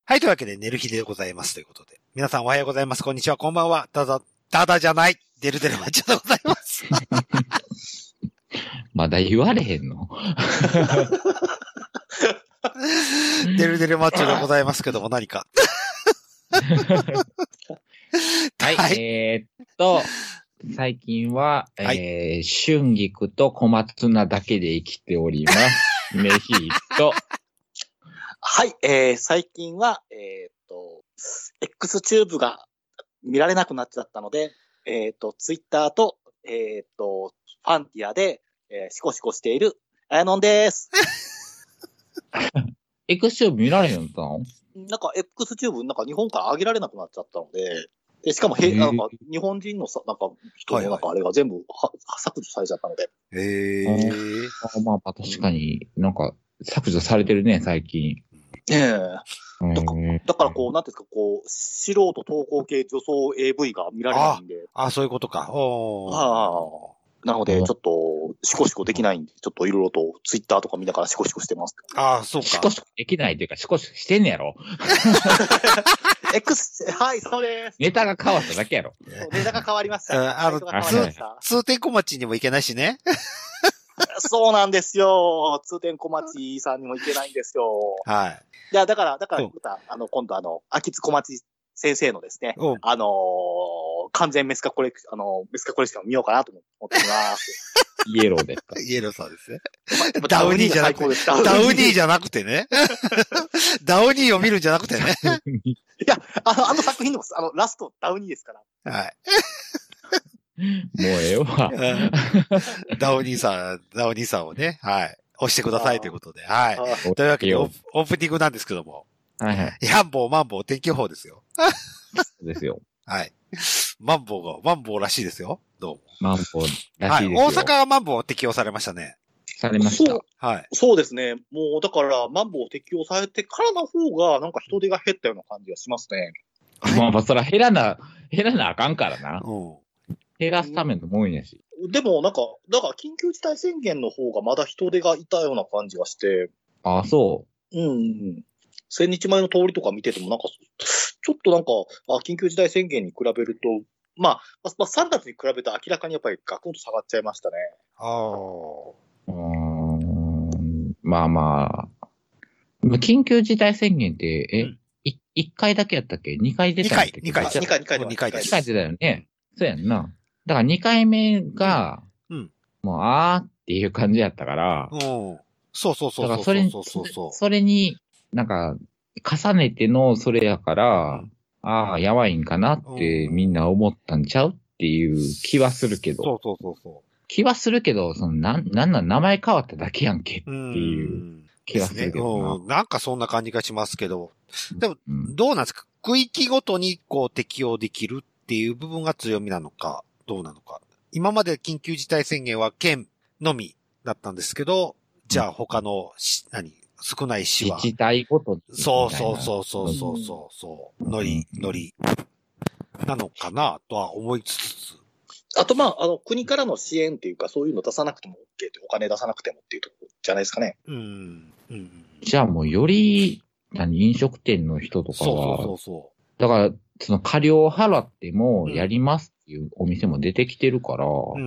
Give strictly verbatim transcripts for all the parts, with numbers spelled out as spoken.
はい、というわけで、寝る日でございますということで。皆さんおはようございます。こんにちは、こんばんは。ただ、ただじゃない。デルデルマッチョでございます。 まだ言われへんのデルデルマッチョでございますけども、何か。 はい、はい、えー、っと、最近は、はい、えー、春菊と小松菜だけで生きております。ねひと。 はい、えー、最近は、えー、っと、X チューブが見られなくなっちゃったので、えー、っと、ツイッターと、えー、っと、ファンティアで、えー、シコシコしている、あやのんです。 X チューブ見られへんの？ なんか X チューブなんか日本から上げられなくなっちゃったので、でしかもへ、なんか日本人のさ、なんか人のなんかあれが全部は、はいはい、削除されちゃったので。 へー。 あまあ確かになんか削除されてるね、最近。 ええー。だから、だからこう、なんていうんですか、こう、素人投稿系女装 エーブイ が見られないんで。 ああ、そういうことか。おー。 ああ。なので、ちょっと、シコシコできないんで、ちょっといろいろとツイッターとか見ながらシコシコしてます。 ああ、そうか。 シコシコできないというか、シコシコしてんねやろ。 X、はい、そうです。 ネタが変わっただけやろ。 ネタが変わりました。 あの、通天小町にも行けないしね。 そうなんですよ。通天小町さんにも行けないんですよ。 はい。 いや、だから、だから、また、あの、今度あの、秋津小町先生のですね、あのー、完全メスカコレクション、あの、メスカコレクションを見ようかなと思っています。 イエローですか？ イエローさんですね。ダウニーじゃなくて、ダウニーじゃなくてね。ダウニーを見るんじゃなくてね。 いや、あの、あの作品でも、あの、ラストダウニーですから。 はい。 もうええわ。 ダウニーさん、ダウニーさんをね、はい。押してくださいということで、はい。というわけで、オープニングなんですけども。 はいはい。 ヤンボー、マンボウ、天気予報ですよ。 そうですよ。 はい。マンボウが、マンボウらしいですよ。どうも。 マンボウらしいですよ。 はい。大阪はマンボウ適用されましたね。 されました。 そう。 はい。 そうですね。もう、だから、マンボウ適用されてからの方が、なんか人手が減ったような感じがしますね。 まあまあ、そら減らな、減らなあかんからな。 うん。 減らすためのもんやし。 でも、なんか、だから緊急事態宣言の方がまだ人手がいたような感じがして。 ああ、そう。うん。千日前の通りとか見てても、なんか、ちょっとなんか、あ、緊急事態宣言に比べると、まあ、まあ、さんがつに比べると明らかにやっぱりガクンと下がっちゃいましたね。 ああ。 うーん。まあまあ。緊急事態宣言って、え、うん、い、いっかいだけやったっけ ?に 回出たっけ ? に 回、に回、 に回、 に回です。 にかい出たよね。そうやんな。だからにかいめが、うん。もう、あーっていう感じやったから。 うん。そうそうそうそう。 だからそれ、 そうそうそう。 それに、なんか、重ねてのそれやから、うん、ああ、やばいんかなってみんな思ったんちゃうっていう気はするけど。 そうそうそうそう。 気はするけど、その、なん、なんなん名前変わっただけやんけっていう気はするけどな。 うん、なんかそんな感じがしますけど。でも、うん、どうなんですか？区域ごとにこう適用できるっていう部分が強みなのか、どうなのか。今まで緊急事態宣言は県のみだったんですけど、じゃあ他の、うん、何少ない市は。 自治体ごとに。 そうそうそうそうそうそうそう。ノリ、ノリ。なのかなとは思いつつ。 あと、まあ、あの、国からの支援っていうか、そういうの出さなくても OK って、お金出さなくてもっていうところじゃないですかね。 うん。うん。 じゃあもうより、何、飲食店の人とかは。 そうそうそう。 だから、その過料を払ってもやりますっていうお店も出てきてるから。 うん。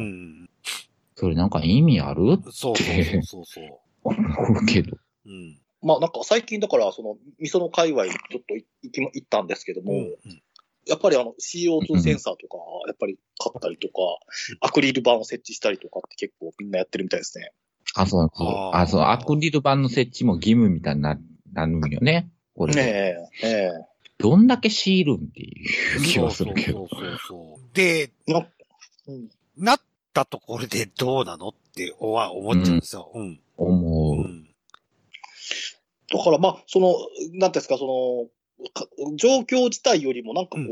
それなんか意味あるって。 そうそうそうそう。 思うけど。 うん。 まあなんか最近だからその味噌の界隈にちょっと行き、行ったんですけども、うんうん、やっぱりあの シーオーツー センサーとかやっぱり買ったりとか、うん、アクリル板を設置したりとかって結構みんなやってるみたいですね。 あ、そうそう。ああ、そう、アクリル板の設置も義務みたいになるよね。これ。 ねえ、ええ。 どんだけ強いるんっていう気はするけど。 そうそうそうそう。で、な、うん、なったところでどうなのっては思っちゃうんですよ。うん。うん、 思う。うんだからまあ、その、なんていうんですか、その、状況自体よりもなんかこう、うん、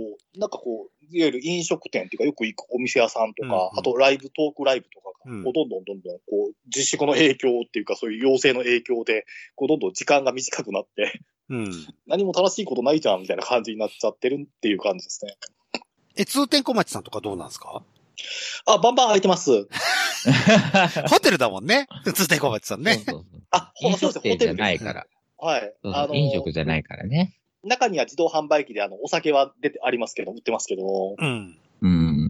なんかこう、いわゆる飲食店っていうかよく行くお店屋さんとか、うんうん、あとライブ、トークライブとかが、うん、こうどんどんどんどんこう、自粛の影響っていうかそういう要請の影響で、こうどんどん時間が短くなって、うん、何も正しいことないじゃんみたいな感じになっちゃってるっていう感じですね。 え、通天小町さんとかどうなんですか？ あ、バンバン空いてます。 ホテルだもんね。通天小町さんね。 そうそうそう。 あ、 飲食店じゃないから。 はい。 そうそう、あのー、飲食じゃないからね。 中には自動販売機であの、お酒は出て、ありますけど、売ってますけど、 うん。 うん。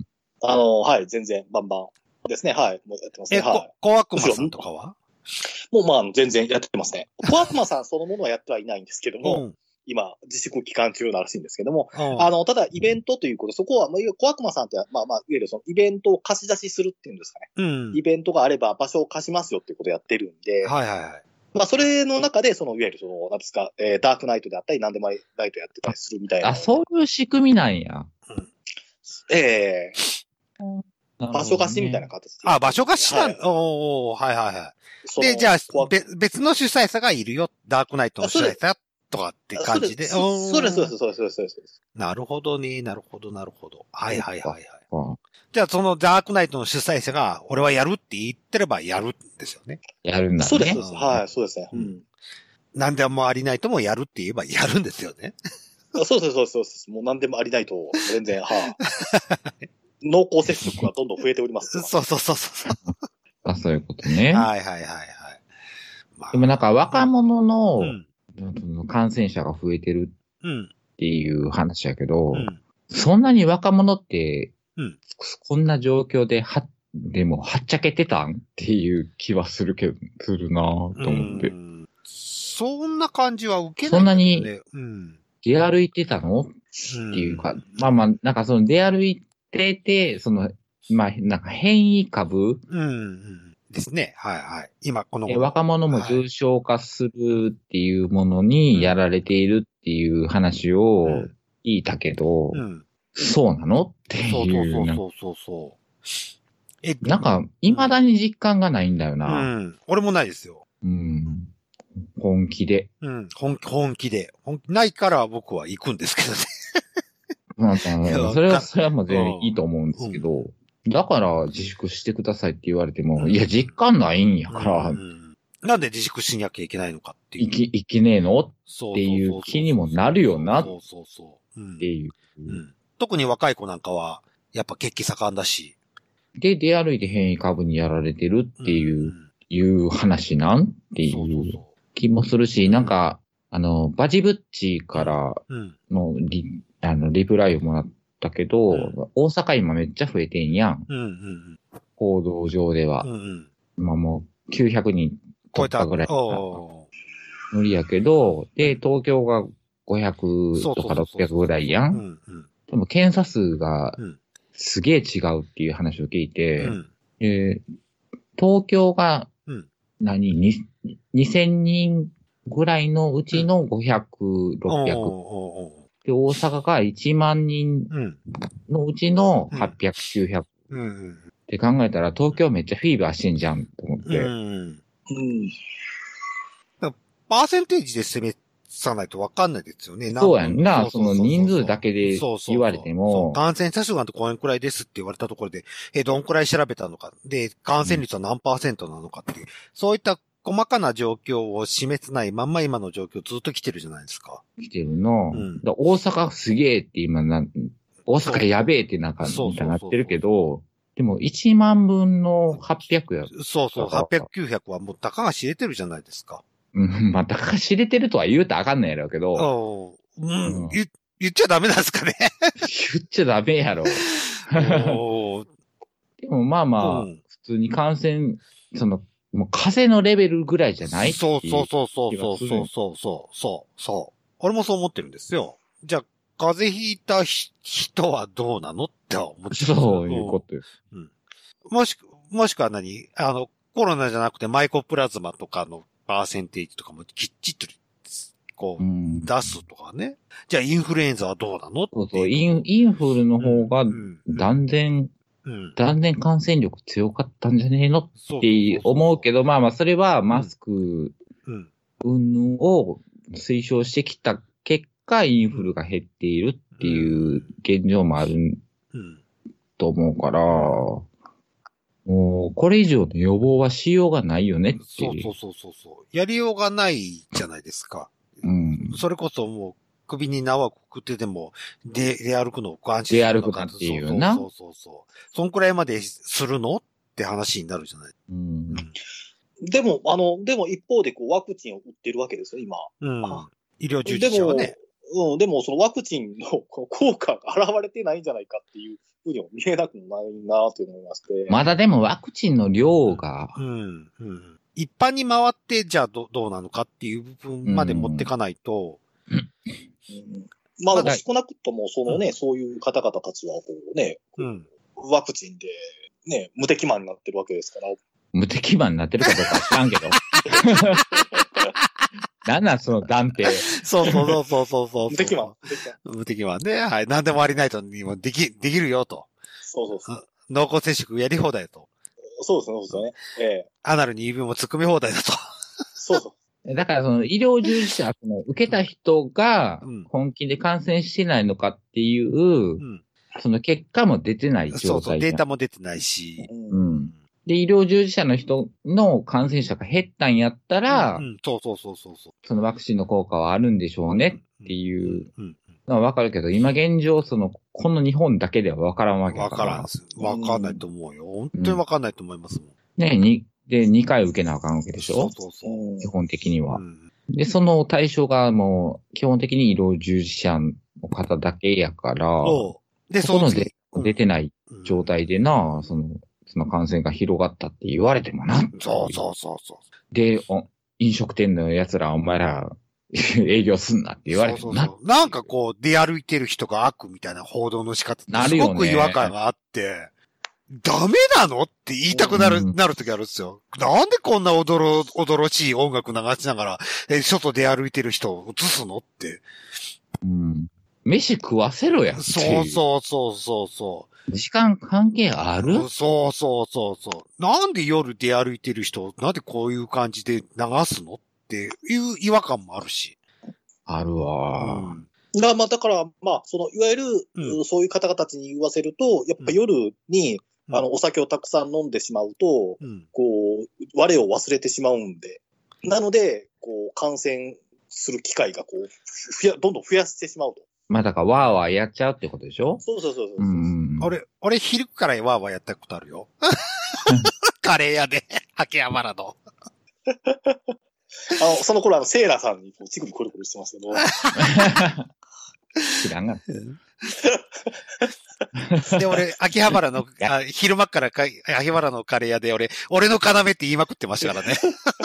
あの、はい、全然、バンバンですね。はい、もうやってますね。 え、 はい。 こ、小悪魔さんとかはもうまあ、全然やってますね。小悪魔さんそのものはやってはいないんですけども、 うん。 今、自粛期間中ならしいんですけども、 うんあの、ただイベントということで、そこは、まあ、小悪魔さんって、まあまあ、いわゆるそのイベントを貸し出しするっていうんですかね。 うん。 イベントがあれば場所を貸しますよっていうことをやってるんで、 はいはいはい。 まあ、それの中で、その、いわゆるその、なんですか、えー、ダークナイトであったり、なんでもナイトやってたりするみたいな。 あ、そういう仕組みなんや。 ええー、場所貸しみたいな形で。 あ、場所貸しなん、 はい、 おー、はいはいはい。で、じゃあ、べ、別の主催者がいるよ。ダークナイトの主催者とかって感じで。 そうです、そうです、そうです、そうです、そうです。 なるほどね、なるほど、なるほど。はいはいはいはい。じゃあ、そのダークナイトの主催者が、俺はやるって言ってればやるんですよね。 やるんだね。 そうです、そうです。はい、そうですね。うん。 何でもありないともやるって言えばやるんですよね。 そうです、そうです、そうです。もう何でもありないと、全然、はあ、濃厚接触がどんどん増えております。 そうそうそうそう。 あ、そういうことね。 はいはいはいはい。 まあ、でもなんか若者の、うん、感染者が増えてるっていう話やけど、うん、そんなに若者って、うん、こんな状況では、でもはっちゃけてたんっていう気はするけど、するなぁと思って。 そんな感じは受けない、ね。 そんなに出歩いてたの、うん、っていうか、まあまあ、なんかその出歩いてて、その、まあ、なんか変異株、 うんうんですね。はいはい。今この若者も重症化するっていうものにやられているっていう話を聞いたけど、うんうん、そうなのっていう。 そうそうそうそうえ、なんか、未だに実感がないんだよな。 うん。俺もないですよ。 うん。本気で。 うん。本気、本気で。本気ないから僕は行くんですけどね。 まあ、それは、それはもう全然いいと思うんですけど、うん、だから自粛してくださいって言われても、うん、いや、実感ないんやから、うん、 なんで自粛しなきゃいけないのかっていう。 いき、いけねえのっていう気にもなるよなっていう。そうそうそう。 うん。特に若い子なんかは、やっぱ血気盛んだし。 で、出歩いて変異株にやられてるっていう、うん、いう話なんっていう気もするし、なんか、あの、バジブッチからのリ、うんあの、リプライをもらったけど、うん、大阪今めっちゃ増えてんやん。うんうんうん、報道上では。うんうん、今もうきゅうひゃくにん超えたぐらい。無理やけど、で、東京がごひゃくとかろっぴゃくぐらいやん。でも検査数がすげえ違うっていう話を聞いて、うん、で東京が何、にせんにんぐらいのうちのごひゃく、ろっぴゃく。で、大阪がいちまんにんのうちのはっぴゃく、きゅうひゃく。って考えたら、東京めっちゃフィーバーしてんじゃん、と思って。うん。 パーセンテージで攻めさないとわかんないですよね。 そうやんな。その人数だけで言われても。 感染者数がこれくらいですって言われたところで、え、どんくらい調べたのか。で、感染率は何パーセントなのかっていう、うん、そういった細かな状況を示せないまんま今の状況ずっと来てるじゃないですか。 来てるの。うん、だ大阪すげえって今な、大阪やべえってなんか、みたいになってるけど、でもいちまんぶんのはっぴゃくや。 そうそう、はっぴゃく、きゅうひゃくはもうたかが知れてるじゃないですか。 うん、まあ、たかが知れてるとは言うとあかんないやろうけど。 うん、うん、言、言っちゃダメなんですかね。 言っちゃダメやろ。でもまあまあ、うん、普通に感染、その、もう風邪のレベルぐらいじゃないっていう。 そうそうそうそうそうそうそうそうそう。俺もそう思ってるんですよ。じゃあ、風邪ひいた人はどうなのって思ってる。 そういうことです。 うん。もし、もしくは何あの、コロナじゃなくてマイコプラズマとかのパーセンテージとかもきっちりと、こう、うん、出すとかね。じゃあインフルエンザはどうなのそうそう、イン、インフルの方が断然、うん、断然感染力強かったんじゃねえのって思うけど、まあまあ、それはマスク、云々を推奨してきた結果、インフルが減っているっていう現状もあると思うから、もう、これ以上の予防はしようがないよねっていう。 そうそうそうそう。やりようがないじゃないですか。うん。それこそもう、首に縄をくくってでも、で、出歩くのを安心するのか。出歩くっていうな。 そうそうそう。そんくらいまでするのって話になるじゃない。うん。 でも、あの、でも一方でこうワクチンを打ってるわけですよ、今。 うん。医療従事者はね。 うん、でもそのワクチンの効果が現れてないんじゃないかっていうふうにも見えなくもないなというのを思いまして。 まだでもワクチンの量が。 うん。うん。一般に回って、じゃあどどうなのかっていう部分まで持ってかないと。 うんうんうんまあでも少なくともそのね、うん、そういう方々たちはこうね、うん、ワクチンでね、無敵マンになってるわけですから。 無敵マンになってるかどうか知らんけど。なんなんその断定。 そうそうそうそうそうそう。 無敵マン。 無敵マンね。はい。何でもありないとにもでき、できるよと。 そうそうそう。 濃厚接触やり放題と。 そうですね、そうですね。ええ。 アナルに指も突っ込み放題だと。 そうそう。 だからその医療従事者、その受けた人が本気で感染してないのかっていう、うん、その結果も出てない状態。 そうそう、データも出てないし。 うん。で、医療従事者の人の感染者が減ったんやったら、 うん、うん、そうそうそうそうそう。 そのワクチンの効果はあるんでしょうねっていうのはわかるけど、今現状、その、この日本だけではわからんわけだから。 わからんです。わかんないと思うよ。本当にわかんないと思いますもん。うん、 ね、に、で、にかい受けなあかんわけでしょ？ そうそうそう。 基本的には。うん、で、その対象がもう、基本的に医療従事者の方だけやから、 で、 そので、出てない状態でな、うん、その、その感染が広がったって言われてもな。 そうそうそうそう。 で、飲食店の奴ら、お前ら、営業すんなって言われてもな。 そうそうそう。なんかこう、出歩いてる人が悪みたいな報道の仕方ってすごく違和感があって、ダメなのって言いたくなる、うん、なるときあるんですよ。なんでこんなおどろ、おどろしい音楽流しながら、え、外出歩いてる人を映すのって。 うん。飯食わせろやっていう。 そうそうそうそうそう。 時間関係ある？ そうそうそうそう。なんで夜出歩いてる人、なんでこういう感じで流すのっていう違和感もあるし。 あるわ。 うんだまあ、だから、まあ、その、いわゆる、うん、そういう方々たちに言わせると、やっぱ夜に、うん、あの、お酒をたくさん飲んでしまうと、うん、こう、我を忘れてしまうんで。なので、こう、感染する機会が、こう、ふや、どんどん増やしてしまうと。 まあ、だから、わーわーやっちゃうってことでしょ？ そうそうそうそう。 うん。 俺、俺、昼からわーわーやったことあるよ。カレー屋で、秋葉原の。 あの、その頃あの、セーラさんに、チグリコリコリしてますけど。 知らんが。 で、俺、秋葉原の、あ昼間からか秋葉原のカレー屋で俺、俺の要って言いまくってましたからね。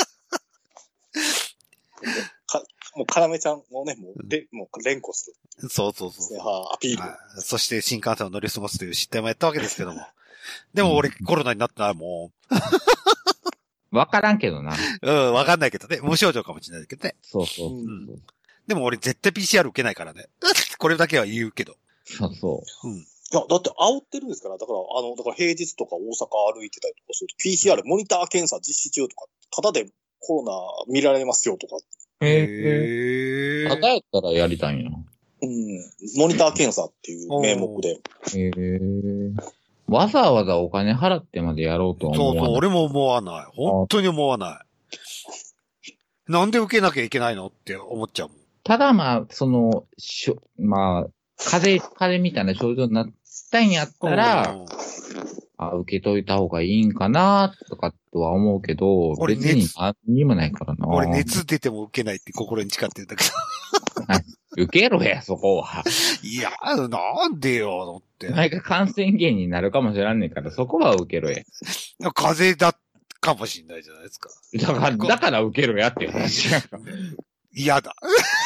かもう、要ちゃんもね、もう、で、もう、連呼する。そうそうそう。 はアピール。 そして新幹線を乗り過ごすという失態もやったわけですけども。でも俺、コロナになったらもう。 わからんけどな。 うん、わかんないけどね。無症状かもしれないけどね。 そうそうそう、うん。 でも俺絶対 ピーシーアール 受けないからね。これだけは言うけど。 そうそう。 うん。いや、だって煽ってるんですから。だから、あの、だから平日とか大阪歩いてたりとかすると、ピーシーアール モニター検査実施中とか、ただでコロナ見られますよとか。 へぇー。ただやったらやりたいんや。 うん。モニター検査っていう名目で。 へぇー。わざわざお金払ってまでやろうとは思わない。 そうそう、俺も思わない。本当に思わない。なんで受けなきゃいけないのって思っちゃうもん。 ただまあ、その、しょ、まあ、風邪、風邪みたいな症状になったんやったら、あ、受けといた方がいいんかな、とかとは思うけど、俺別に何にもないからな。 俺熱出ても受けないって心に誓ってるんだけど。 受けろや、そこは。 いや、なんでよ、って。 なんか感染源になるかもしれんねんから、そこは受けろや。 風邪だかもしれないじゃないですか。 だから、だから受けろやっていう話やから。 嫌だ。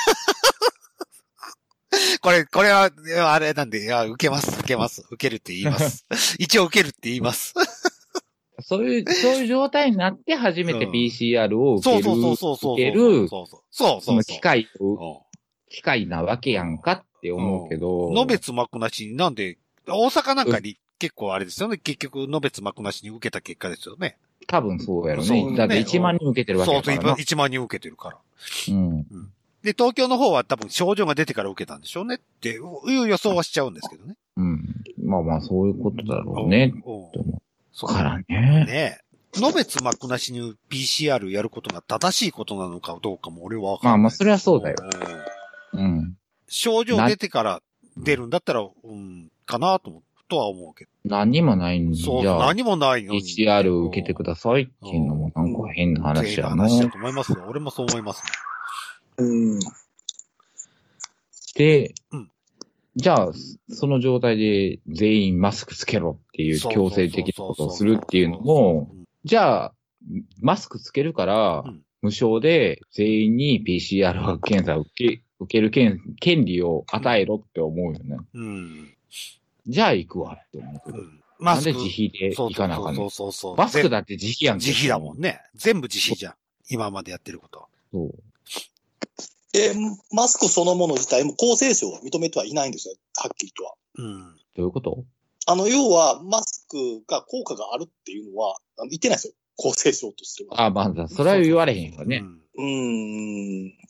これ、これは、あれなんで、いや、受けます、受けます、受けるって言います。一応受けるって言います。 そういう、そういう状態になって初めて ピーシーアール を受ける。 そうそうそうそう。 受ける。 そうそうそう。 その機械を、機械なわけやんかって思うけど。 のべつ幕なしになんで、大阪なんかに結構あれですよね。結局、のべつ幕なしに受けた結果ですよね。 多分そうやろね。だっていちまんにん受けてるわけだからな。 そうそう、いちまんにん受けてるから。 うん。 で、東京の方は多分症状が出てから受けたんでしょうねっていう予想はしちゃうんですけどね。 うん。まあまあ、そういうことだろうね。そうからね。 ねえ。のべつ幕なしに ピーシーアール やることが正しいことなのかどうかも俺はわかんない。 まあまあ、それはそうだよ。うん。 症状出てから出るんだったら、うん、かなと思う。とは思うけど。 何にもないんじゃあ。そう、何もないのに。 ピーシーアール 受けてくださいっていうのもなんか変な話やな。 変な話だと思いますよ。俺もそう思います、ね。 うん。 で、 うん、 じゃあ、その状態で全員マスクつけろっていう強制的なことをするっていうのも、じゃあ、マスクつけるから、うん、無償で全員に ピーシーアール 検査を受け、受ける権、権利を与えろって思うよね。うん。じゃあ行くわって思うけど。うん、なんで自費で行かなあかんねん。そうそうそうそう。マスクだって自費やん。 自費だもんね。全部自費じゃん。今までやってること。そう。 えー、マスクそのもの自体も厚生省は認めてはいないんですよ。はっきりとは。 うん。どういうこと？ あの、要は、マスクが効果があるっていうのは、あの言ってないですよ。厚生省としては。 あ、まあ、それは言われへんよね。 うん。うーん。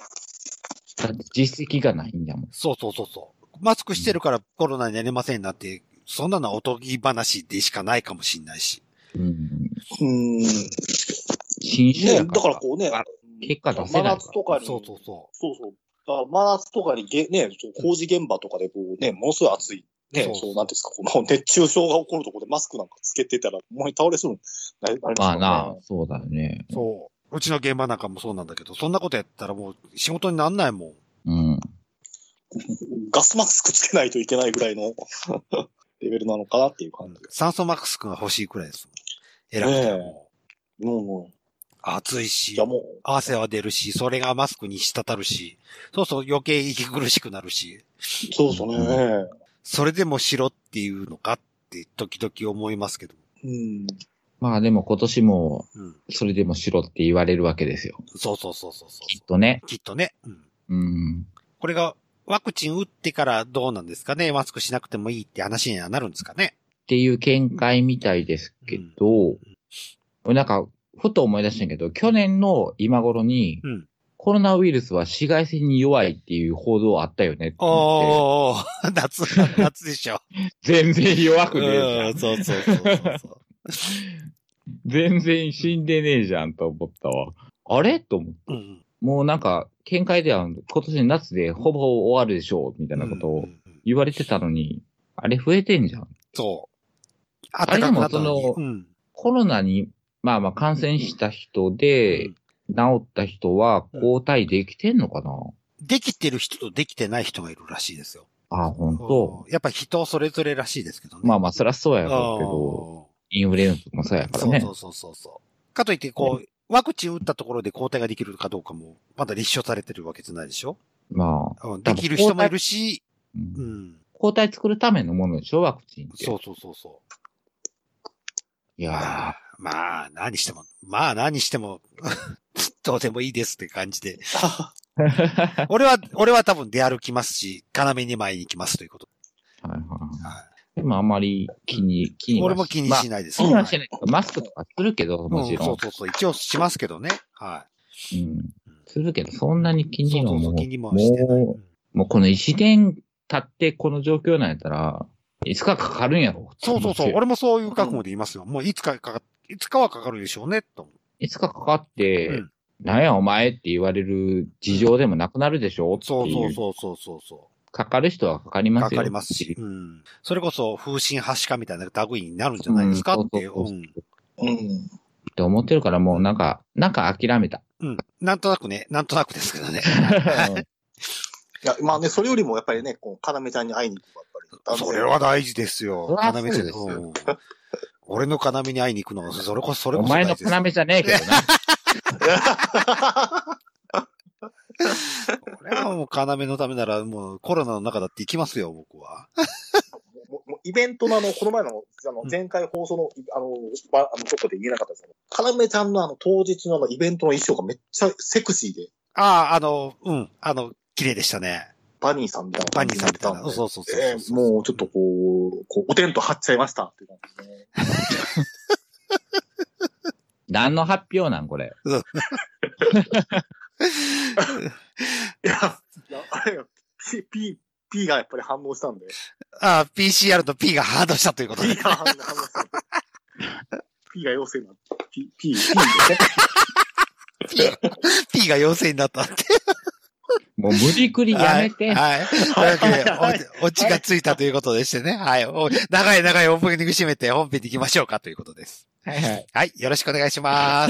実績がないんだもん。 そうそうそうそう。マスクしてるからコロナになりませんなって、そんなのはおとぎ話でしかないかもしれないし。うん。 うん。 新種やから、 ね、だからこうね、 結果出せない。 真夏とかに。 そうそうそう。 そうそう。だから真夏とかにげ、ね、工事現場とかでこうね、ものすごい暑い。ね、そう、そうなんですか、この熱中症が起こるところでマスクなんかつけてたら、もう倒れそうになりますからね。 まあな、そうだよね。 そう。うちの現場なんかもそうなんだけど、そんなことやったらもう仕事になんないもん。うん。 ガスマスクつけないといけないぐらいのレベルなのかなっていう感じ、うん。 酸素マスクが欲しいくらいですもん。偉くてもう。もうもう。暑いし、汗は出るし、それがマスクに滴るし、そうそう余計息苦しくなるし。 そうそうね、うん。 それでもしろっていうのかって時々思いますけど。うん、 まあでも今年も、それでもしろって言われるわけですよ。 うん、そうそうそうそうそう。 きっとね。 きっとね。うん。 うん、 これがワクチン打ってからどうなんですかね。マスクしなくてもいいって話にはなるんですかね。 っていう見解みたいですけど、うん、なんか、ふと思い出したんやけど、去年の今頃に、うん、コロナウイルスは紫外線に弱いっていう報道あったよねって思って。おー、夏、夏でしょ。 全然弱くねえじゃん。そうそうそうそうそう。 全然死んでねえじゃんと思ったわ。あれと思って。うん、もうなんか、見解では今年の夏でほぼ終わるでしょうみたいなことを言われてたのに、あれ増えてんじゃん。 そう。 あれでもその、うん、コロナに、まあまあ感染した人で、うん、治った人は抗体できてんのかな、うん、 できてる人とできてない人がいるらしいですよ。 ああ、ほんと。 やっぱ人それぞれらしいですけどね。 まあまあ、そりゃそうやろうけど、インフルエンザもそうやからね。 そうそうそうそう。かといって、こう、ね、ワクチン打ったところで抗体ができるかどうかも、まだ立証されてるわけじゃないでしょ。 まあ、 うん。できる人もいるし、 うん、うん。抗体作るためのものでしょ、ワクチンって。 そうそうそうそう。 いやー。 まあ、まあ、何しても、まあ何しても、どうでもいいですって感じで。俺は、俺は多分出歩きますし、要に前に行きますということ。 はいはいはい。でもあんまり気に、気には俺も気にしないです。 まあ、気にはしない。マスクとかするけど、もちろん。 うん、そうそうそう。一応しますけどね。はい。 うん。するけど、そんなに気にはもう、 そうそうそう気にもしてない。 もう、もうこの一年経ってこの状況なんやったら、いつかかかるんやろ。 そうそうそう。俺もそういう覚悟で言いますよ。もういつかかか、いつかはかかるでしょうね、と。 いつかかかって、うん、なんやお前って言われる事情でもなくなるでしょ、うん、 そうそうそうそうそうそう。 かかる人はかかりますよ。 かかりますし。うん。それこそ風疹発火みたいな類になるんじゃないですか、うん、っていう。うん。 うん。って思ってるからもうなんか、なんか諦めた。 うん。なんとなくね、なんとなくですけどね。 いや、まあね、それよりもやっぱりね、こう、かなめちゃんに会いに行くやっぱり。それは大事ですよ。かなめちゃんですよ。俺のかなめに会いに行くのは、それこそ、それこそ。 お前のかなめじゃねえけどな。 俺はもうかなめのためなら、もうコロナの中だって行きますよ、僕は。 もうイベントのあの、この前の、あの、前回放送の、あの、ば、あの、とこで言えなかったですけど、かなめちゃんのあの、当日のあの、イベントの衣装がめっちゃセクシーで。 ああ、あの、うん、あの、綺麗でしたね。 バニーさんみたいな。 バニーさんみたいな。そうそうそうそう、 えー。もうちょっとこう、こうおテント張っちゃいましたっていう感じでね。 何の発表なんこれ。 いや、あれよ、P、P がやっぱり反応したんで。 ああ、ピーシーアール と P が反応したということで。 P が反応したんで。P が陽性になった。P、P、P でね。P、P が陽性になったって。 もう無理くりやめて。 はい。はい、というわけで、お、オチがついたということでしてね。はい。長い長いオープニング締めて本編に行きましょうかということです。 はいはい。 はい。よろしくお願いします。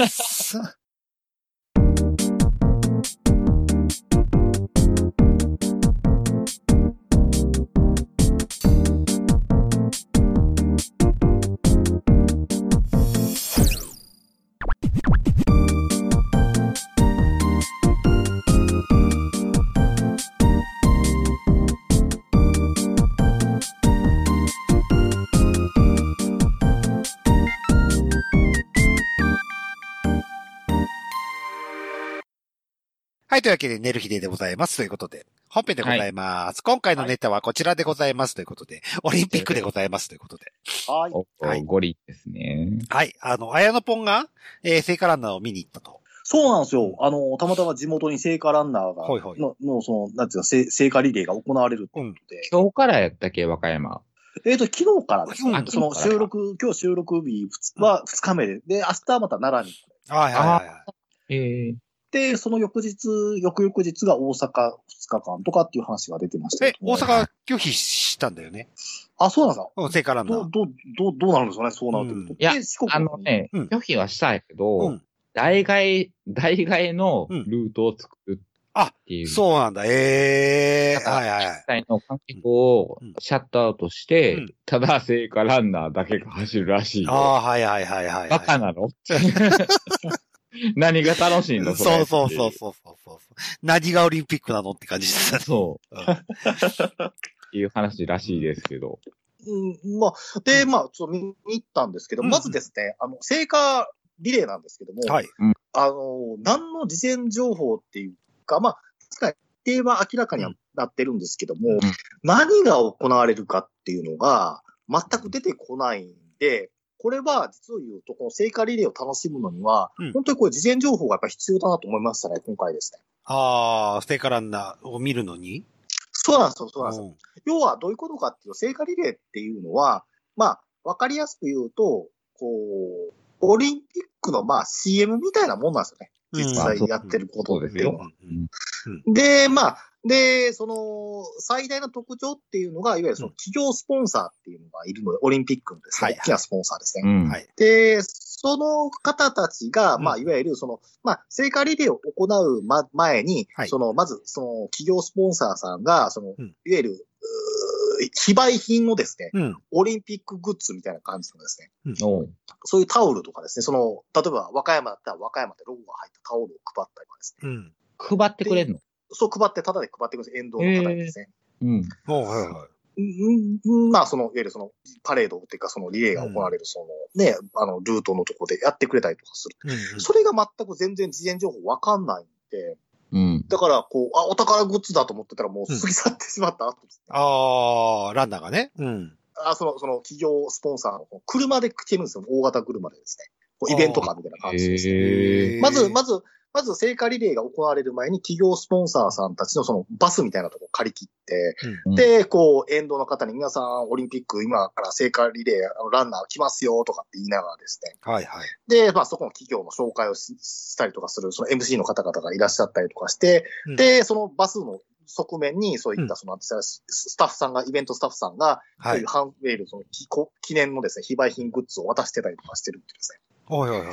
はい、というわけで、寝る日ででございますということで、本編でございます。はい、今回のネタはこちらでございますということで、オリンピックでございますということで。 はい。 はい。ゴリですね。 はい。あの、綾野ポンが、えー、聖火ランナーを見に行ったと。 そうなんですよ。あの、たまたま地元に聖火ランナーが、はいはい、の、の、その、なんていうか、聖火リレーが行われるってことで。 うん、今日からやったっけ、和歌山。 えっ、ー、と、昨日からですね。その収録、今日収録日ふつかはふつかめで、で、明日はまた奈良に。 はいはいはいはい。 えー、 で、その翌日、翌々日が大阪ふつかかんとかっていう話が出てました。 え、大阪拒否したんだよね。 あ、そうなんですか。 うん、聖火ランナー。 ど、ど、ど、どうなるんですかね、そうなると、うん。 いや、あのね、うん、拒否はしたんやけど、うん、代替、代替のルートを作るっていう。 うん、あ、そうなんだ。ええー。はいはいはい。 実際の観客をシャットアウトして、うん、ただ聖火ランナーだけが走るらしいよ。 ああ、はいはいはいはい、はい。 バカなの何が楽しいのそれそうそうそうそうそう。何がオリンピックなのって感じですね。 そう。っていう話らしいですけど。 うん、まあ、で、まあ、ちょっと見に行ったんですけど、うん、まずですね、あの、聖火リレーなんですけども、 はい。 あの、何の事前情報っていうか、まあ、確かに日程は明らかにはなってるんですけども、うん、何が行われるかっていうのが全く出てこないんで、これは実を言うと、この聖火リレーを楽しむのには、うん、本当にこれ事前情報がやっぱ必要だなと思いましたね、今回ですね。 ああ、聖火ランナーを見るのにそうなんですよ、そうなんですよ。要はどういうことかっていうと、聖火リレーっていうのは、まあ、わかりやすく言うと、こう、オリンピックのまあ シーエム みたいなもんなんですよね。実際やってることっていうのは。で、まあ、で、その、最大の特徴っていうのが、いわゆるその企業スポンサーっていうのがいるので、オリンピックのですね、大きなスポンサーですね。はい、で、その方たちが、うん、まあ、いわゆるその、まあ、聖火リレーを行う、ま、前に、はい、その、まず、その、企業スポンサーさんが、その、うん、いわゆる、非売品のですね、うん、オリンピックグッズみたいな感じのですね、うん、そういうタオルとかですね、その、例えば和歌山だったら和歌山でロゴが入ったタオルを配ったりとかですね。うん、 配ってくれるの？ そう配って、ただで配ってくれるんです。沿道の方にですね。 うん。 はいはい。 うん、まあ、その、いわゆるその、パレードっていうか、そのリレーが行われる、その、ね、あの、ルートのところでやってくれたりとかする。うんうん、それが全く全然事前情報わかんないんで、うん。だから、こう、あ、お宝グッズだと思ってたらもう過ぎ去ってしまった後ですね。 うん、ああ、ランナーがね。うん。 あ、その、その企業スポンサーの車で来てるんですよ。大型車でですね。イベントカーみたいな感じですね。まず、まず、まず聖火リレーが行われる前に企業スポンサーさんたちのそのバスみたいなところを借り切って、うん、で、こう、沿道の方に皆さんオリンピック今から聖火リレーあのランナー来ますよとかって言いながらですね。 はいはい。 で、まあそこの企業の紹介を し, したりとかする、その エムシー の方々がいらっしゃったりとかして、うん、で、そのバスの側面にそういったその、うん、スタッフさんが、イベントスタッフさんが、はい、そういうハンウェイル、その記念のですね、非売品グッズを渡してたりとかしてるってですね。 はいはいはい。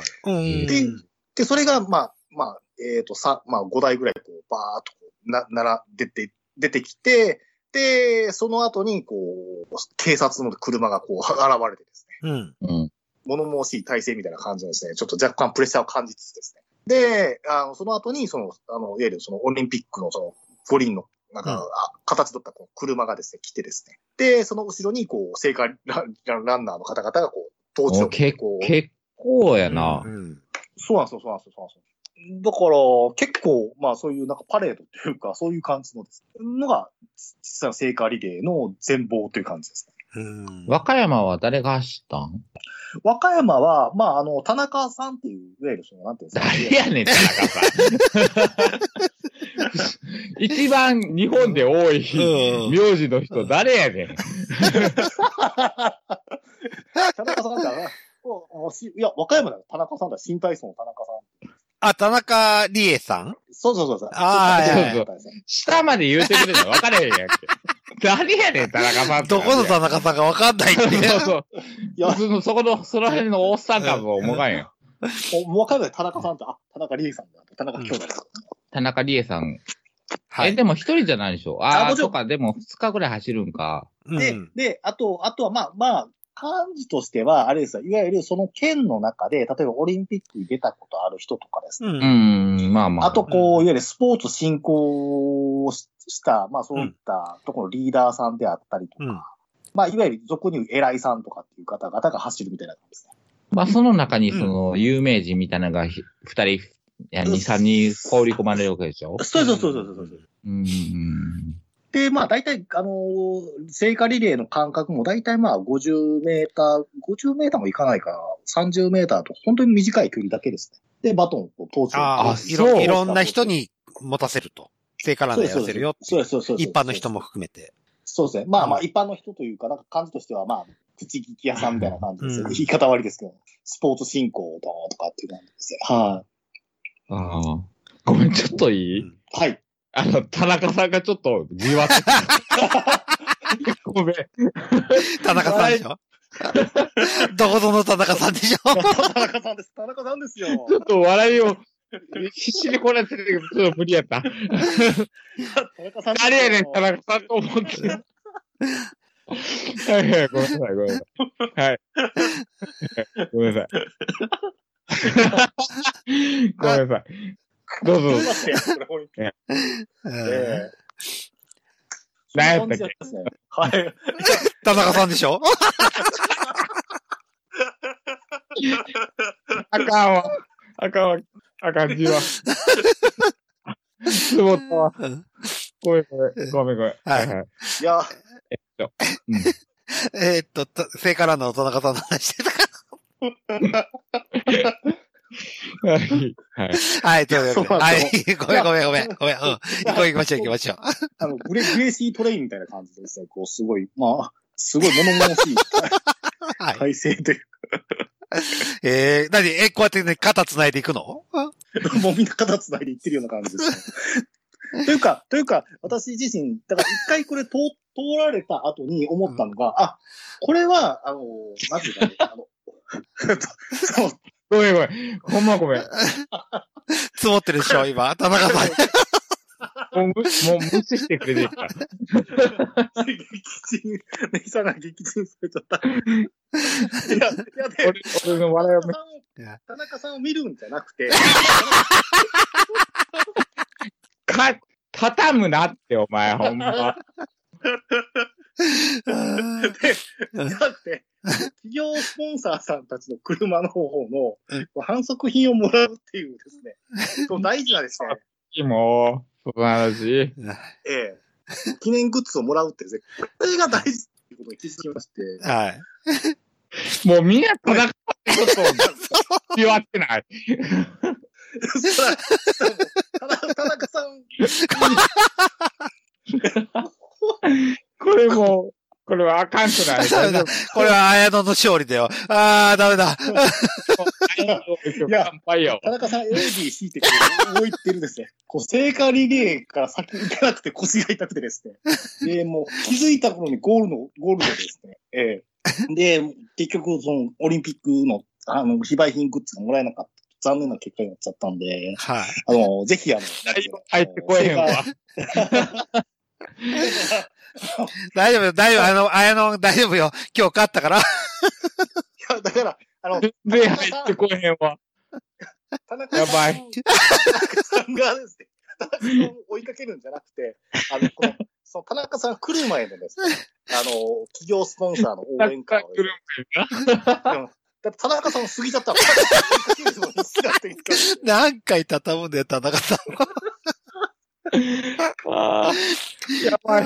で、で、それが、まあ、まあ、えっ、ー、と、さ、まあ、ごだいぐらい、こう、バーっとこう、な、なら、出て、出てきて、で、その後に、こう、警察の車がこう、現れてですね。うん。物申しい体制みたいな感じのですね、ちょっと若干プレッシャーを感じつつですね。で、あの、その後に、その、あの、いわゆるその、オリンピックのその、五輪の、なんか、うん、形取ったこう車がですね、来てですね。で、その後ろに、こう、聖火ランランナーの方々が、こう、トーチをこう。 結構やな。 うんうん、そうなんですよ、そうなんですよ、そうなんですよ。だから、結構、まあそういうなんかパレードというか、そういう感じのですのが、実際の聖火リレーの全貌という感じですね。 うん和歌山は誰が走ったん？ 和歌山は、まああの、田中さんっていう、いわゆるその、なんていうんですか。 誰やねん、田中さん。一番日本で多い名字の人、誰やねん。 田中さんだな。いや、和歌山だよ。田中さんだ。新体操の田中さん。 あ、田中理恵さんそうそうそうそう。 ああ、 そうそう。下まで言うてくれたら分かれへんやんけ。誰やねん、田中さん。 どこの田中さんか分かんないって。そうそう。 いや、その、そこの、その辺のおっさんかも思わんよ。 分かんない。田中さんと、あ、田中理恵さんだ。田中兄弟だ。 田中理恵さん。はい。え、でも一人じゃないでしょ。ああ、とか、でも二日ぐらい走るんか。 で、で、あと、あとは、まあ、まあ、感じとしては、あれですよ。いわゆるその県の中で、例えばオリンピックに出たことある人とかですね。 うん、うんまあまあ。 あと、こう、いわゆるスポーツ振興をした、まあそういったところのリーダーさんであったりとか、うん、まあいわゆる俗に言う偉いさんとかっていう方々が走るみたいな感じですね。 まあその中にその有名人みたいなのが二人や、に、さんに放り込まれるわけでしょ？ そうそうそうそうそう。 うん。 で、まあ、大体、あのー、聖火リレーの間隔も大体まあ、ごじゅうメーター、ごじゅうメーターもいかないかな。さんじゅうメーターと、本当に短い距離だけですね。で、バトンを投中。 ああ、いろ、いろんな人に持たせると。聖火ランナーやらせるよ。 そうそうそう。 一般の人も含めて。 そうですね。まあまあ、一般の人というか、なんか感じとしては、まあ、口利き屋さんみたいな感じですよ。うん、言い方悪いですけど、スポーツ振興とかっていう感じですね。はい、 あ。ああ。ごめん、ちょっといい、うん、 はい。 あの、田中さんがちょっとじわって。ごめん。 田中さんでしょどこぞの田中さんでしょ田中さんです。田中さんですよ。 ちょっと笑いを必死にこらせてるけど、ちょっと無理やった。田中さん。誰やねん、田中さんと思って。はいはい、ごめんなさい、ごめんなさい。はい。ごめんなさい。ごめんなさい。どうぞ。どうぞ。ええ。何やったっけ？ はい。 田中さんでしょあかんわ。あかんわ。あかんじわ。つぼったわ。ごめんごめん。ごめんごめん。はいはい。 いや。 えっと。うん、 えっと、聖火ランナーの田中さんの話してたから。 はい。はい。 はい、ということで。はい。ごめんごめんごめん。ごめん。うん。行こう行きましょう行きましょう。 あの、グレ、グレーシートレインみたいな感じですね。こう、すごい、まあ、すごい物々しい。はい。体勢というか。 えー、なに、え、こうやってね、肩繋いでいくの？もうみんな肩繋いでいってるような感じですね。というか、というか、私自身、だから一回これ通、通られた後に思ったのが、うん、あ、これは、あの、なんていうかね、あの、 そう。ごめんごめん。ほんまごめん。 積もってるでしょ、今。田中さん。 もう、もう無視してくれてるから。 撃沈、ネギさんが撃沈されちゃった。いや、いやで、 俺、俺の笑いをめ田中さんを見るんじゃなくて、 か、畳むなって、お前、ほんま。 で、だって、企業スポンサーさんたちの車の方の反則品をもらうっていうですね、そう大事なですね。 もう、その話。 ええ。記念グッズをもらうってですね、これが大事っていうことに気づきまして。 はい。 もうみんな田中さんってことを言わってない。 そら、田中さん。 これもう、これはあかんくない。 ダメだ。これは綾野の勝利だよ。あー、ダメだ。 いや、田中さん エービーシー ってこう言ってるですね。こう、聖火リレーから先行かなくて腰が痛くてですね。で、もう気づいた頃にゴールの、ゴールでですね。えー、で、結局、その、オリンピックの、あの、非売品グッズがもらえなかった。残念な結果になっちゃったんで。 はい。 あの、ぜひ、あの、 入ってこえへんわ。 大丈夫よ、大丈夫。あの、あやの、大丈夫よ。今日勝ったから。いや、だから、あの、 全然入ってこえへんわ。やばい。 田中さんがですね、田中さんを追いかけるんじゃなくて、あの、この、その田中さん来る前のですね、あの、企業スポンサーの応援歌を、ね。来る前な。だって田中さん過ぎちゃったら、追いかけるのに必死だって言ったんで。 何回畳むんだよ、田中さんは。 ああ、やばい。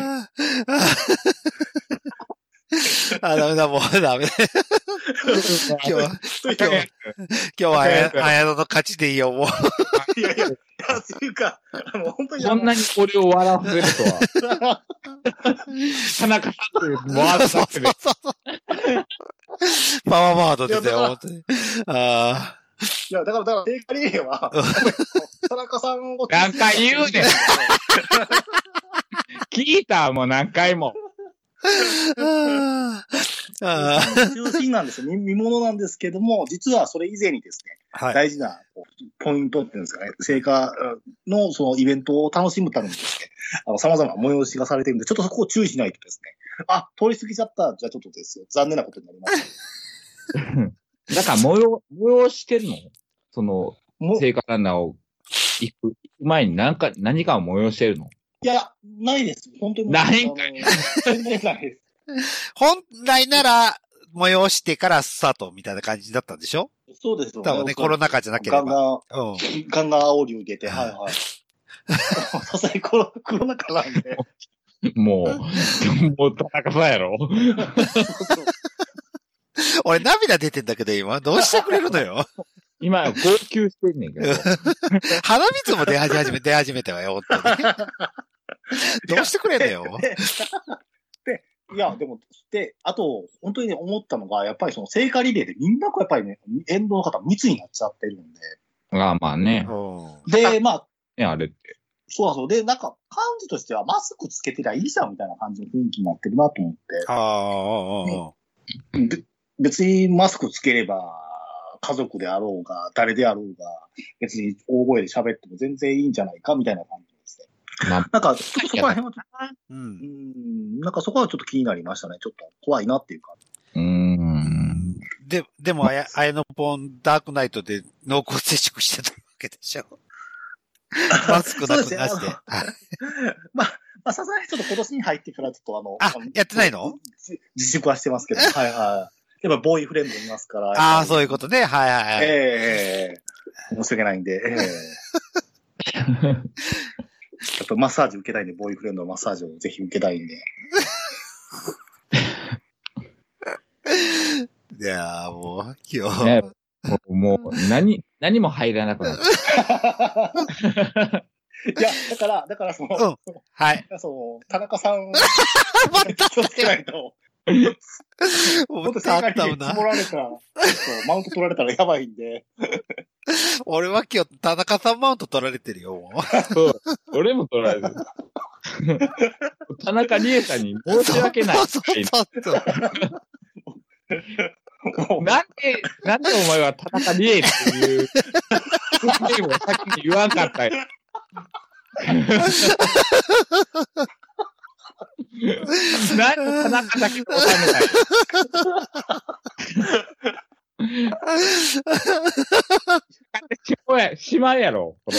あ、ダメだ、もうダメ。今日は、今日は、今日はあや、あやのの勝ちでいいよ、もう。 いやいや、いや、っていうか、あの、本当に。 こんなに俺を笑わせるとは。田中さんというワードだってね。 パワーワードですよ、本当に。ああ。 いや、だから、だから、聖火リレーは、田中さんを。 何回言うねん。聞いたもう何回も。 ああ。中心なんですよ。見物なんですけども、実はそれ以前にですね、はい、大事なポイントっていうんですかね、聖火のそのイベントを楽しむためにですね、あの、様々な催しがされているんで、ちょっとそこを注意しないとですね、あ、通り過ぎちゃった、じゃあちょっとですよ、残念なことになります。 だから催、催してるのその、聖火ランナーを行く前に何か、何かを催してるのいや、ないです。本当に。 ないんかい。 全然ないです。 本来なら、催してからスタートみたいな感じだったんでしょ？ そうですよね。多分ね、コロナ禍じゃなければ。 ガンガン、 うん、 ガンガン煽りを受けて、はいはい。さすがにコロナ禍なんで。 もう、もう田中さんやろ。 俺涙出てんだけど今、どうしてくれるのよ。 今、号泣してんねんけど。 鼻水も出始め、出始めたわよ、本当に。どうしてくれんのよ。 で、いや、でも、で、あと、本当にね、思ったのが、やっぱりその聖火リレーでみんなこうやっぱりね、沿道の方密になっちゃってるんで。 ああ、まあね。 で、まあ、 ね、あれって。 そうなんですよ。で、なんか、感じとしては、マスクつけてりゃいいじゃんみたいな感じの雰囲気になってるなと思って。 ああ、 ね、別にマスクつければ、家族であろうが、誰であろうが、別に大声で喋っても全然いいんじゃないかみたいな感じですね。なんか、そこら辺は、うん、うんなんかそこはちょっと気になりましたね。ちょっと怖いなっていうか。 うーん。 で、でもあや、あやのぽん、ダークナイトで濃厚接触してたわけでしょ。マスクなくなして。 まあ、まあ、さすがにちょっと今年に入ってからちょっとあの、 あ、やってないの？ 自粛はしてますけど、はいはい。やっぱボーイフレンドいますから。 ああ、そういうことね。はいはいはい。 ええー、申し訳ないんで、ええー。やっぱマッサージ受けたいんで、ボーイフレンドのマッサージをぜひ受けたいんで。 いやーもう、今日。 ね、もう、もう何、何も入らなくなった。 いや、だから、だからその、うん、 はい。 その、田中さん、気をつけないと。もっと正解に積もられたら、マウント取られたらやばいんで。 俺は今日、田中さんマウント取られてるよ、もう。 そう。俺も取られてる。田中理恵さんに申し訳ない。そうそうそう。なんで、なんでお前は田中理恵っていう、ゲームを先に言わんかったよ。なんで田中だけ収めないのしまうやろ、これ。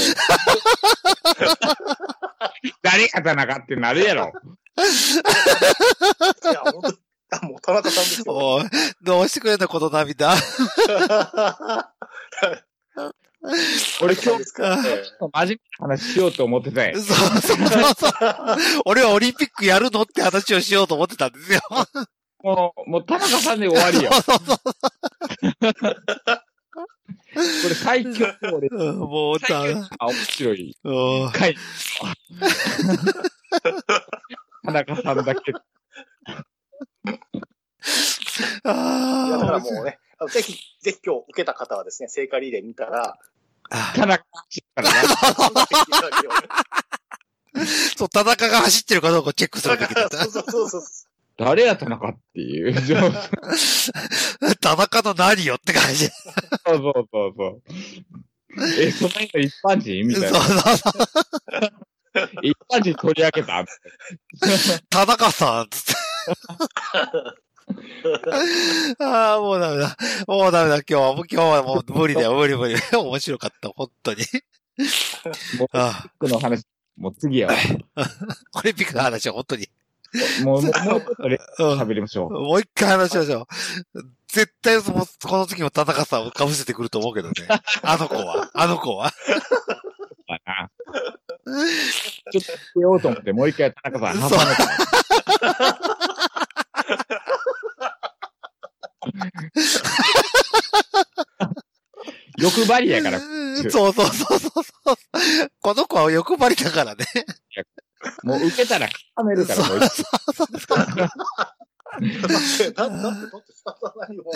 誰が田中ってなるやろ。 いや、本当あ、もう田中さんですよ。 おい、どうしてくれんの、この涙。 俺今日、真面目な話しようと思ってたよ。 そうそうそうそう。俺はオリンピックやるのって話をしようと思ってたんですよ。 もう、もう田中さんで終わりよ。そうそうそうこれ最強俺。 もう、 最強面白い。回。田中さんだけ。 あいやだからもうね、ぜひ、ぜひ今日受けた方はですね、聖火リレー見たら、 田中からね。 そう、田中が走ってるかどうかチェックするべきだった。 そうそうそう。 誰や田中っていう。 田中の何よって感じ。 そうそうそうそう。え、その人一般人みたいな。そうそうそう。一般人取り上げた田中さんつって。ああ、もうダメだ。もうダメだ。今日は、今日はもう無理だよ。無理無理。面白かった。本当に。 もう、オリンピックの話、もう次やわ。 オリンピックの話は本当に。 もう、もう、もうちょっと喋りましょう。 もう一回話しましょう。絶対その、この時も田中さんを被せてくると思うけどね。あの子は。あの子は。 ちょっと言おうと思って、もう一回田中さん挟めた。欲張りやから。 そうそうそうそうそう。この子は欲張りだからね。 もう受けたら固めるから、もう一回。そうそうそう。 だって、だって、だって、だって仕方ないよ。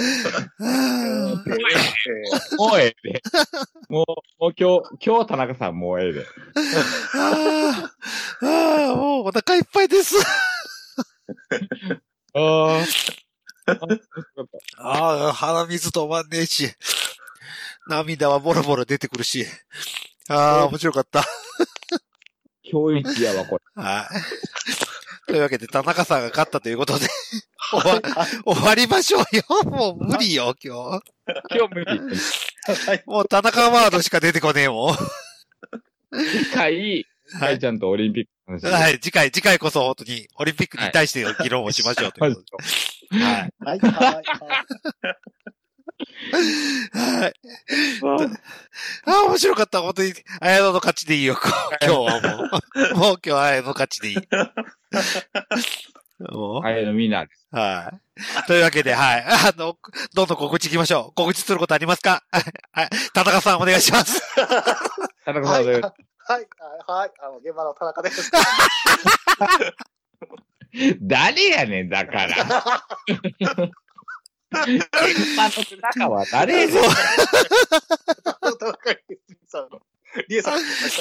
もうええで。もう、もう今日、今日田中さんもうええで。 ああ、もうお腹いっぱいです。 ああ、鼻水止まんねえし、涙はボロボロ出てくるし。ああ、面白かった。 今日一やわ、これ。 はい。というわけで、田中さんが勝ったということで、終わ、終わりましょうよ。もう無理よ、今日。 今日無理。 もう田中ワードしか出てこねえもん。 次回、はい、ちゃんとオリンピックの話。 はい、次回、次回こそ本当にオリンピックに対しての議論をしましょうということで。はい。 はい、はい、はい。 はい。ああ、面白かった。本当に、綾野の勝ちでいいよ。今日はもう。もう今日は綾野の勝ちでいい。もう。 綾野みんなです。 はい。というわけで、はい。あの、どんどん告知行きましょう。告知することありますか？はい。田中さんお願いします。 田中さんです。 はい、はい、はい。あの、現場の田中です。 誰やねん、だから。現場の中は誰やねん。 リエさん。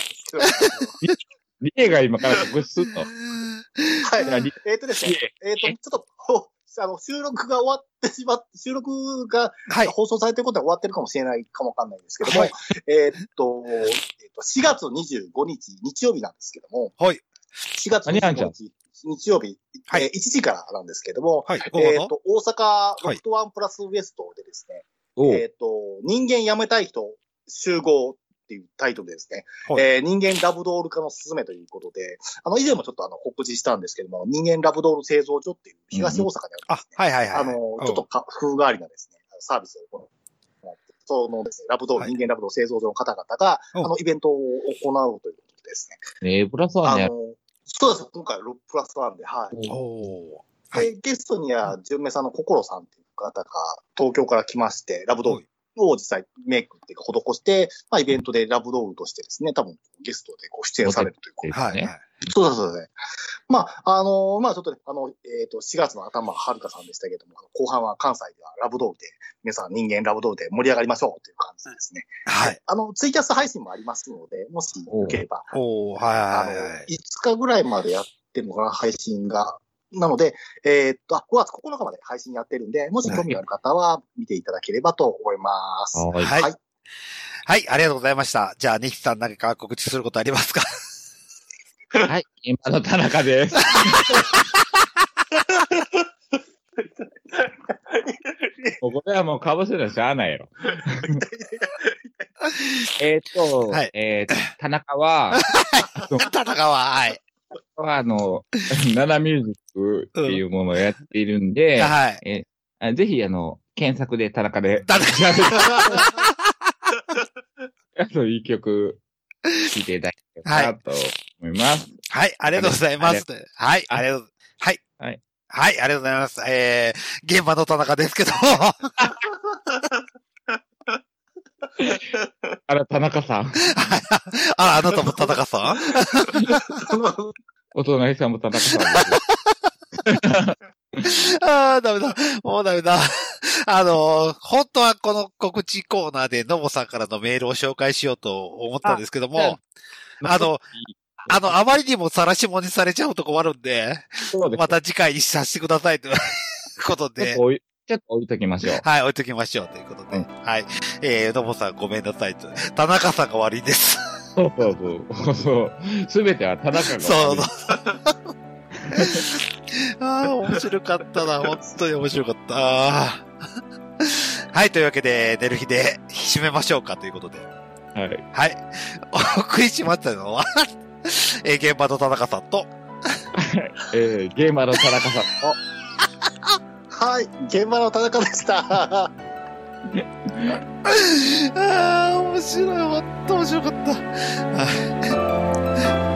リエが今から告知するの。はい。えっとですね。えっと、ちょっと、あの、収録が終わってしまって、収録が放送されてることは終わってるかもしれないかもわかんないんですけども、はい、えっと、しがつにじゅうごにち、日曜日なんですけども、 はい。 しがつにじゅうごにち、日曜日、はい、えー、いちじからなんですけども、 はい、 えっと、大阪ロフトワンプラスウエストでですね、はい、えっと、人間辞めたい人集合っていうタイトルでですね、はい、えー、人間ラブドール化のすすめということで、あの、以前もちょっとあの、告知したんですけども、人間ラブドール製造所っていう東大阪にあるんですね。 うん、あ、はいはいはい。 あの、ちょっとか風変わりなですね、サービスを行って、そのですね、ラブドール、はい、人間ラブドール製造所の方々が、あの、イベントを行うということでですね。 えー、プラスワンね。 そうです。今回ろくプラスワンで、はい。 おはい、で、ゲストには、純明さんの心さんっていう方が東京から来まして、ラブドールを実際メイクっていうか施して、まあイベントでラブドールとしてですね、多分ゲストでこう出演されるということですね。はい。そうです、そうですね。まあ、あのー、まあちょっとね、あの、えっと、しがつの頭ははるかさんでしたけども、後半は関西ではラブドールで、皆さん人間ラブドールで盛り上がりましょうという感じですね。はい。あの、ツイキャス配信もありますので、もしよければ。 おおはいはいはい。 あの、いつかぐらいまでやってるのかな、配信が。なので、えー、っと、ごがつここのかまで配信やってるんで、もし興味ある方は見ていただければと思います。 はい。はい。はい、ありがとうございました。じゃあ、ニキさん何か告知することありますか？ はい、今の田中です。もうこれはもう被せるのしゃあないやろ。えっと、はい、えー、田中は、 田中は、はい。 あの、ナナミュージックっていうものをやっているんで、うん、はい。えー、ぜひ、あの、検索で田中で。田中あと、いい曲、聴いていただければなと思います。 はい、ありがとうございます。はい、ありがとう。はい。はい。はい、ありがとうございます。えー、現場の田中ですけど。 あら、田中さん。 あ、あなたも田中さんお隣さんも田中さんです。 ああ、ダメだ。もうダメだ。あの、本当はこの告知コーナーでノボさんからのメールを紹介しようと思ったんですけども、あ, あの、あの、あまりにも晒し物にされちゃうと困るんで、また次回にさせてくださいということで。 ちょっと置いときましょう。 はい、置いときましょうということで。うん、はい。えー、ノボさんごめんなさいと。田中さんが悪いです。 そうそうそう。そう。すべては田中が悪い。そう。 ああ、面白かったな。本当に面白かった。はい、というわけで、寝る日で締めましょうかということで。 はい。 はい。お送りしましたのは、えー、現場の田中さんと、 えー、現場の田中さんと、 はい、現場の田中でした。ああ、面白い。ほんと面白かった。はい